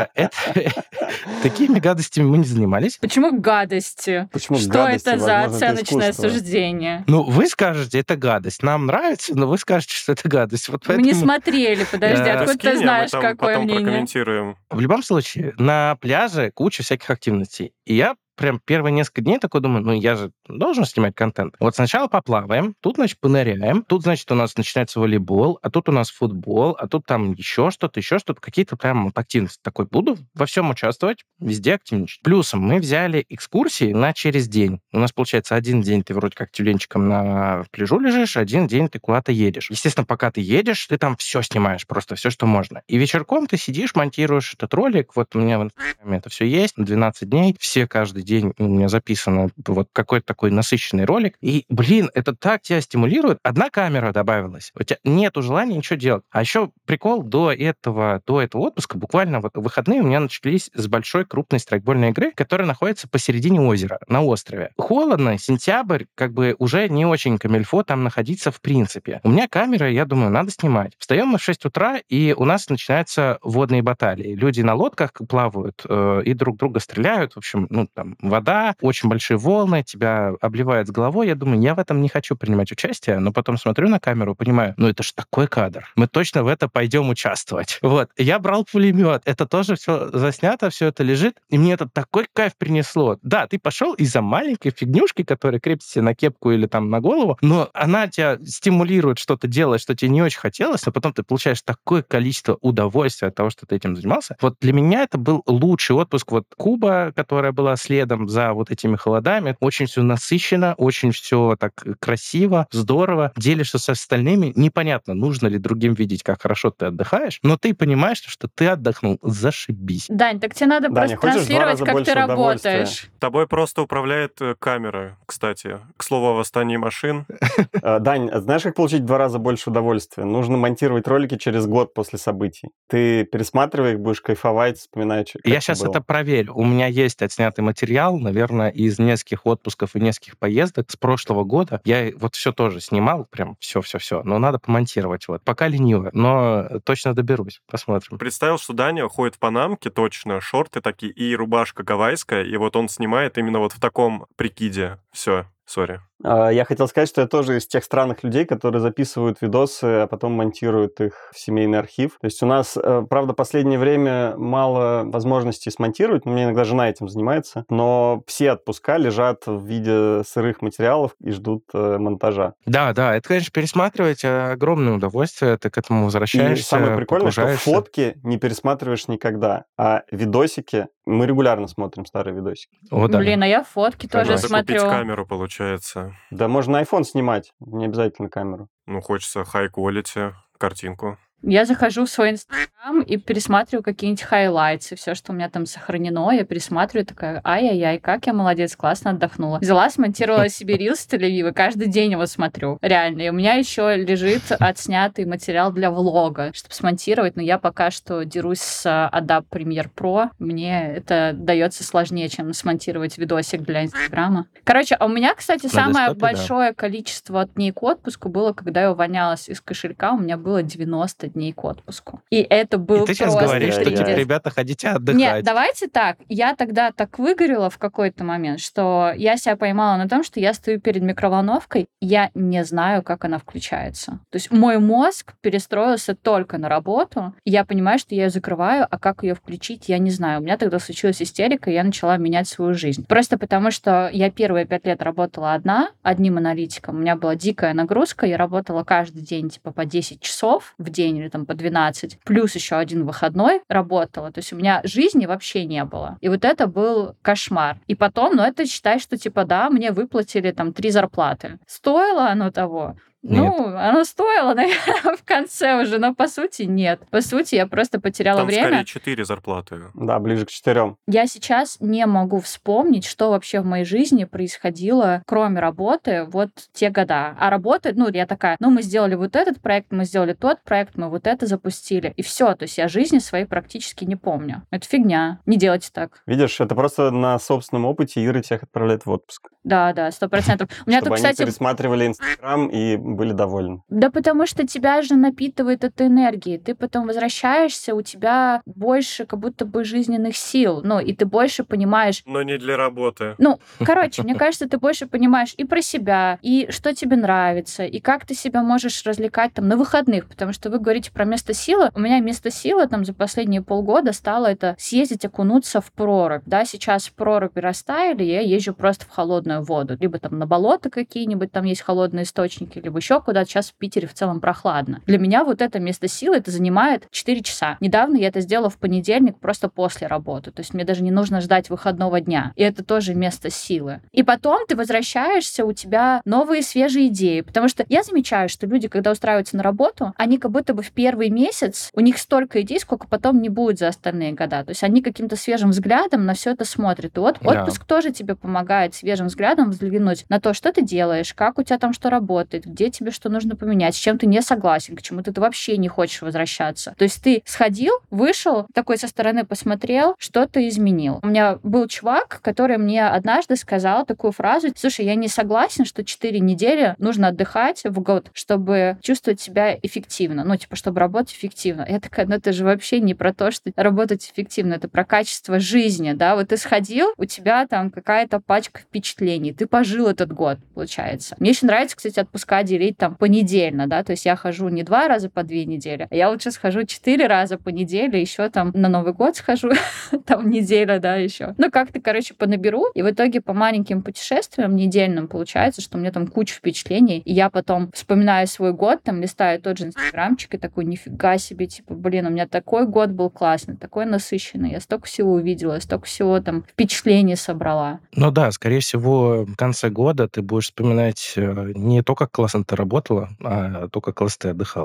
Такими гадостями мы не занимались. Почему гадости? Почему Что гадости? это за Возможно, это оценочное искусство. суждение? Ну, вы скажете, это гадость. Нам нравится, но вы скажете, что это гадость. Вот Мы не поэтому... смотрели, подожди, Да. откуда Скинь, ты а мы знаешь, там какое потом мнение? прокомментируем. В любом случае, на пляже куча всяких активностей. И я прям первые несколько дней такой думаю, ну, я же должен снимать контент. Вот сначала поплаваем, тут, значит, поныряем, тут, значит, у нас начинается волейбол, а тут у нас футбол, а тут там еще что-то, еще что-то, какие-то прям вот активности. Такой, буду во всем участвовать, везде активничать. Плюсом мы взяли экскурсии на через день. У нас, получается, один день ты вроде как тюленчиком на пляжу лежишь, один день ты куда-то едешь. Естественно, пока ты едешь, ты там все снимаешь, просто все, что можно. И вечерком ты сидишь, монтируешь этот ролик, вот у меня в Инстаграме это все есть, двенадцать дней, все каждый день у меня записано вот какой-то такой насыщенный ролик. И, блин, это так тебя стимулирует. Одна камера добавилась. У тебя нету желания ничего делать. А еще прикол, до этого, до этого отпуска, буквально вот выходные у меня начались с большой крупной страйкбольной игры, которая находится посередине озера, на острове. Холодно, сентябрь, как бы уже не очень камильфо там находиться в принципе. У меня камера, я думаю, надо снимать. Встаем мы в шесть утра, и у нас начинаются водные баталии. Люди на лодках плавают э, и друг друга стреляют. В общем, ну, там, вода, очень большие волны, тебя обливает с головой. Я думаю, я в этом не хочу принимать участие, но потом смотрю на камеру, понимаю, ну это ж такой кадр. Мы точно в это пойдем участвовать. Вот. Я брал пулемет. Это тоже все заснято, все это лежит. И мне это такой кайф принесло. Да, ты пошел из-за маленькой фигнюшки, которая крепится себе на кепку или там на голову, но она тебя стимулирует что-то делать, что тебе не очень хотелось, но потом ты получаешь такое количество удовольствия от того, что ты этим занимался. Вот для меня это был лучший отпуск. Вот Куба, которая была следом за вот этими холодами. Очень все насыщенно, очень все так красиво, здорово. Делишься с остальными. Непонятно, нужно ли другим видеть, как хорошо ты отдыхаешь, но ты понимаешь, что ты отдохнул. Зашибись. Дань, так тебе надо Даня, просто хочешь в два транслировать, раза как больше ты удовольствия? работаешь. Тобой просто управляет э, камера, кстати. К слову о восстании машин. Э, Дань, а знаешь, как получить в два раза больше удовольствия? Нужно монтировать ролики через год после событий. Ты пересматривай их, будешь кайфовать, вспоминать, как Я это сейчас было. это проверю. У меня есть отснятый материал, наверное, из нескольких отпусков и нескольких поездок с прошлого года. Я вот все тоже снимал, прям все-все-все, но надо помонтировать. Вот. Пока лениво, но точно доберусь. Посмотрим. Представил, что Даня ходит в панамке, точно, шорты такие и рубашка гавайская, и вот он снимает именно вот в таком прикиде. Все, сори. А, Я хотел сказать, что я тоже из тех странных людей, которые записывают видосы, а потом монтируют их в семейный архив. То есть у нас, э, правда, последнее время мало возможностей смонтировать, но мне иногда жена этим занимается, но все отпуска лежат в виде сырых материалов и ждут э, монтажа. Да, да, это, конечно, пересматривать э, огромное удовольствие. Ты к этому И возвращаешься, самое прикольное, что погружаешься. фотки не пересматриваешь никогда, а видосики, мы регулярно смотрим старые видосики. О, да. Блин, а я фотки тоже Надо купить смотрю. камеру, получается. Да, можно на iPhone снимать, не обязательно камеру. Ну, хочется high quality картинку. Я захожу в свой Инстаграм и пересматриваю какие-нибудь хайлайтсы, все, что у меня там сохранено, я пересматриваю, такая, ай-яй-яй, как я молодец, классно отдохнула. Взяла, смонтировала себе рилс с Тель-Авива, каждый день его смотрю, реально. И у меня еще лежит отснятый материал для влога, чтобы смонтировать, но я пока что дерусь с Adobe Premiere Pro, мне это дается сложнее, чем смонтировать видосик для Инстаграма. Короче, а у меня, кстати, На самое десктопе, да. большое количество дней к отпуску было, когда я увольнялась из кошелька, у меня было девяносто дней к отпуску. И это был И ты сейчас просто говоришь, что, трендец. типа, трендец. ребята, хотите отдыхать. Нет, давайте так. Я тогда так выгорела в какой-то момент, что я себя поймала на том, что я стою перед микроволновкой, я не знаю, как она включается. То есть мой мозг перестроился только на работу, и я понимаю, что я ее закрываю, а как ее включить, я не знаю. У меня тогда случилась истерика, и я начала менять свою жизнь. Просто потому, что я первые пять лет работала одна, одним аналитиком. У меня была дикая нагрузка, я работала каждый день типа по десять часов в день или там по двенадцать, плюс еще один выходной работала. То есть у меня жизни вообще не было. И вот это был кошмар. И потом, ну это считай, что типа да, мне выплатили там три зарплаты. Стоило оно того? Нет. Ну, оно стоило, наверное, в конце уже, но по сути нет. По сути, я просто потеряла Там время. скорее четыре зарплаты. Да, ближе к четырем. Я сейчас не могу вспомнить, что вообще в моей жизни происходило, кроме работы, вот те года. А работа, ну, я такая, ну, мы сделали вот этот проект, мы сделали тот проект, мы вот это запустили. И все, то есть я жизни своей практически не помню. Это фигня. Не делайте так. Видишь, это просто на собственном опыте Ира всех отправляет в отпуск. Да, да, сто процентов. У меня тут, Чтобы они кстати, пересматривали Инстаграм и были довольны. да потому что тебя же напитывает этой энергией. Ты потом возвращаешься, у тебя больше как будто бы жизненных сил. Ну, и ты больше понимаешь... Но не для работы. Ну, короче, мне кажется, ты больше понимаешь и про себя, и что тебе нравится, и как ты себя можешь развлекать там на выходных. Потому что вы говорите про место силы. У меня место силы там за последние полгода стало это съездить окунуться в прорубь. Да, сейчас проруби растаяли, я езжу просто в холодную воду. Либо там на болото какие-нибудь, там есть холодные источники, либо еще куда-то. Сейчас в Питере в целом прохладно. Для меня вот это место силы, это занимает четыре часа. Недавно я это сделала в понедельник просто после работы. То есть мне даже не нужно ждать выходного дня. И это тоже место силы. И потом ты возвращаешься, у тебя новые свежие идеи. Потому что я замечаю, что люди, когда устраиваются на работу, они как будто бы в первый месяц, у них столько идей, сколько потом не будет за остальные года. То есть они каким-то свежим взглядом на все это смотрят. И вот Да. отпуск тоже тебе помогает свежим взглядом взглянуть на то, что ты делаешь, как у тебя там что работает, где тебе что нужно поменять, с чем ты не согласен, к чему ты вообще не хочешь возвращаться. То есть ты сходил, вышел, такой со стороны посмотрел, что-то изменил. У меня был чувак, который мне однажды сказал такую фразу: слушай, я не согласен, что четыре недели нужно отдыхать в год, чтобы чувствовать себя эффективно. Ну, типа, чтобы работать эффективно. Я такая, ну это же вообще не про то, что работать эффективно, это про качество жизни, да. Вот ты сходил, у тебя там какая-то пачка впечатлений, ты пожил этот год, получается. Мне еще нравится, кстати, отпуска делить там понедельно, да, то есть я хожу не два раза по две недели, а я лучше схожу четыре раза по неделе, еще там на Новый год схожу, там неделя, да, еще. Ну, как-то, короче, понаберу, и в итоге по маленьким путешествиям недельным получается, что у меня там куча впечатлений, и я потом вспоминаю свой год, там листаю тот же инстаграмчик и такой, нифига себе, типа, блин, у меня такой год был классный, такой насыщенный, я столько всего увидела, я столько всего там впечатлений собрала. Ну да, скорее всего, в конце года ты будешь вспоминать э, не то, как классно ты работала, а то, как классно ты отдыхал.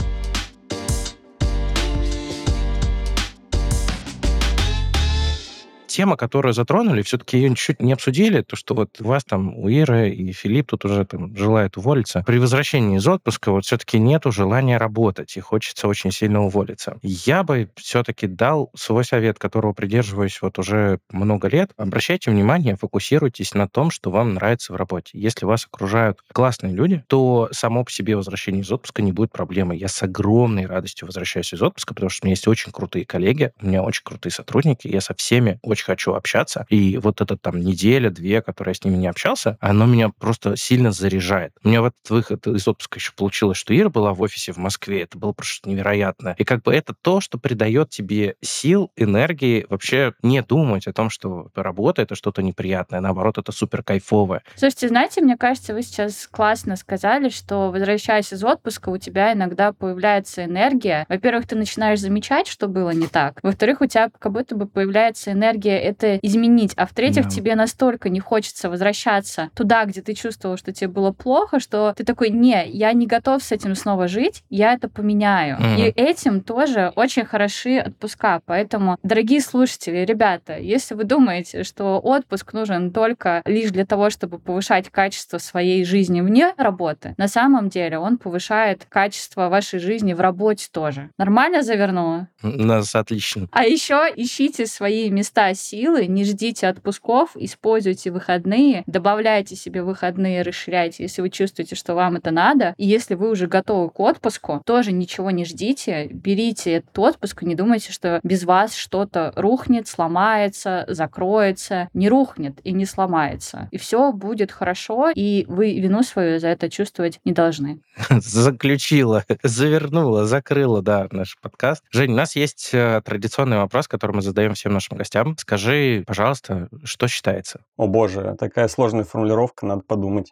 Тема, которую затронули, все-таки ее чуть-чуть не обсудили, то, что вот у вас там, у Иры и Филипп тут уже там желает уволиться. При возвращении из отпуска вот все-таки нету желания работать, и хочется очень сильно уволиться. Я бы все-таки дал свой совет, которого придерживаюсь вот уже много лет. Обращайте внимание, фокусируйтесь на том, что вам нравится в работе. Если вас окружают классные люди, то само по себе возвращение из отпуска не будет проблемой. Я с огромной радостью возвращаюсь из отпуска, потому что у меня есть очень крутые коллеги, у меня очень крутые сотрудники, я со всеми очень хочу общаться. И вот эта там неделя-две, которая я с ними не общался, оно меня просто сильно заряжает. У меня в этот выход из отпуска еще получилось, что Ира была в офисе в Москве. Это было просто невероятно. И как бы это то, что придает тебе сил, энергии, вообще не думать о том, что работа — это что-то неприятное. Наоборот, это супер кайфовое. Слушайте, знаете, мне кажется, вы сейчас классно сказали, что, возвращаясь из отпуска, у тебя иногда появляется энергия. Во-первых, ты начинаешь замечать, что было не так. Во-вторых, у тебя как будто бы появляется энергия это изменить. А в-третьих, Да. тебе настолько не хочется возвращаться туда, где ты чувствовал, что тебе было плохо, что ты такой, не, я не готов с этим снова жить, я это поменяю. Мгм. И этим тоже очень хороши отпуска. Поэтому, дорогие слушатели, ребята, если вы думаете, что отпуск нужен только лишь для того, чтобы повышать качество своей жизни вне работы, на самом деле он повышает качество вашей жизни в работе тоже. Нормально завернула? У нас отлично. А еще ищите свои места силы, не ждите отпусков, используйте выходные, добавляйте себе выходные, расширяйте, если вы чувствуете, что вам это надо. И если вы уже готовы к отпуску, тоже ничего не ждите, берите этот отпуск, не думайте, что без вас что-то рухнет, сломается, закроется. Не рухнет и не сломается. И все будет хорошо, и вы вину свою за это чувствовать не должны. Заключила, завернула, закрыла, да, наш подкаст. Жень, у нас есть э, традиционный вопрос, который мы задаем всем нашим гостям. Скажи, пожалуйста, что считается? О боже, такая сложная формулировка, надо подумать.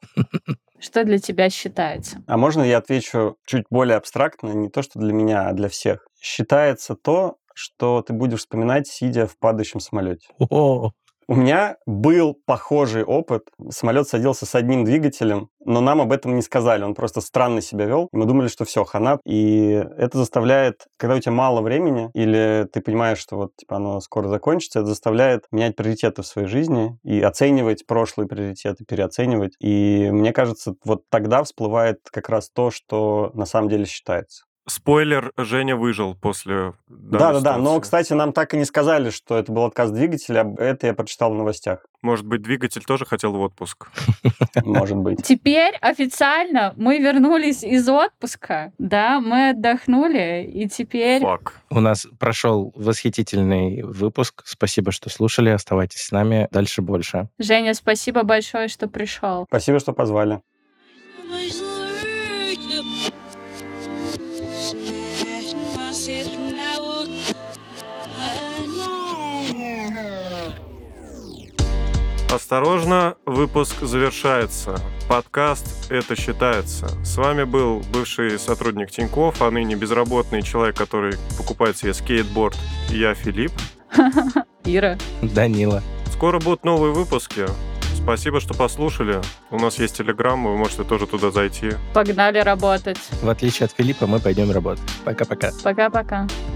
Что для тебя считается? А можно я отвечу чуть более абстрактно, не то, что для меня, а для всех? Считается то, что ты будешь вспоминать, сидя в падающем самолете. О, У меня был похожий опыт. Самолет садился с одним двигателем, но нам об этом не сказали. Он просто странно себя вел. И мы думали, что все, хана. И это заставляет, когда у тебя мало времени, или ты понимаешь, что вот типа оно скоро закончится, это заставляет менять приоритеты в своей жизни и оценивать прошлые приоритеты, переоценивать. И мне кажется, вот тогда всплывает как раз то, что на самом деле считается. Спойлер, Женя выжил после данной Да-да-да, ситуации. но, кстати, нам так и не сказали, что это был отказ двигателя. Это я прочитал в новостях. Может быть, двигатель тоже хотел в отпуск? Может быть. Теперь официально мы вернулись из отпуска, да, мы отдохнули, и теперь... Фак. У нас прошел восхитительный выпуск. Спасибо, что слушали. Оставайтесь с нами. Дальше больше. Женя, спасибо большое, что пришел. Спасибо, что позвали. Осторожно, выпуск завершается. Подкаст «Это считается». С вами был бывший сотрудник Тинькофф, а ныне безработный человек, который покупает себе скейтборд. Я Филипп. Ира. Данила. Скоро будут новые выпуски. Спасибо, что послушали. У нас есть Телеграм, вы можете тоже туда зайти. Погнали работать. В отличие от Филиппа, мы пойдем работать. Пока-пока. Пока-пока.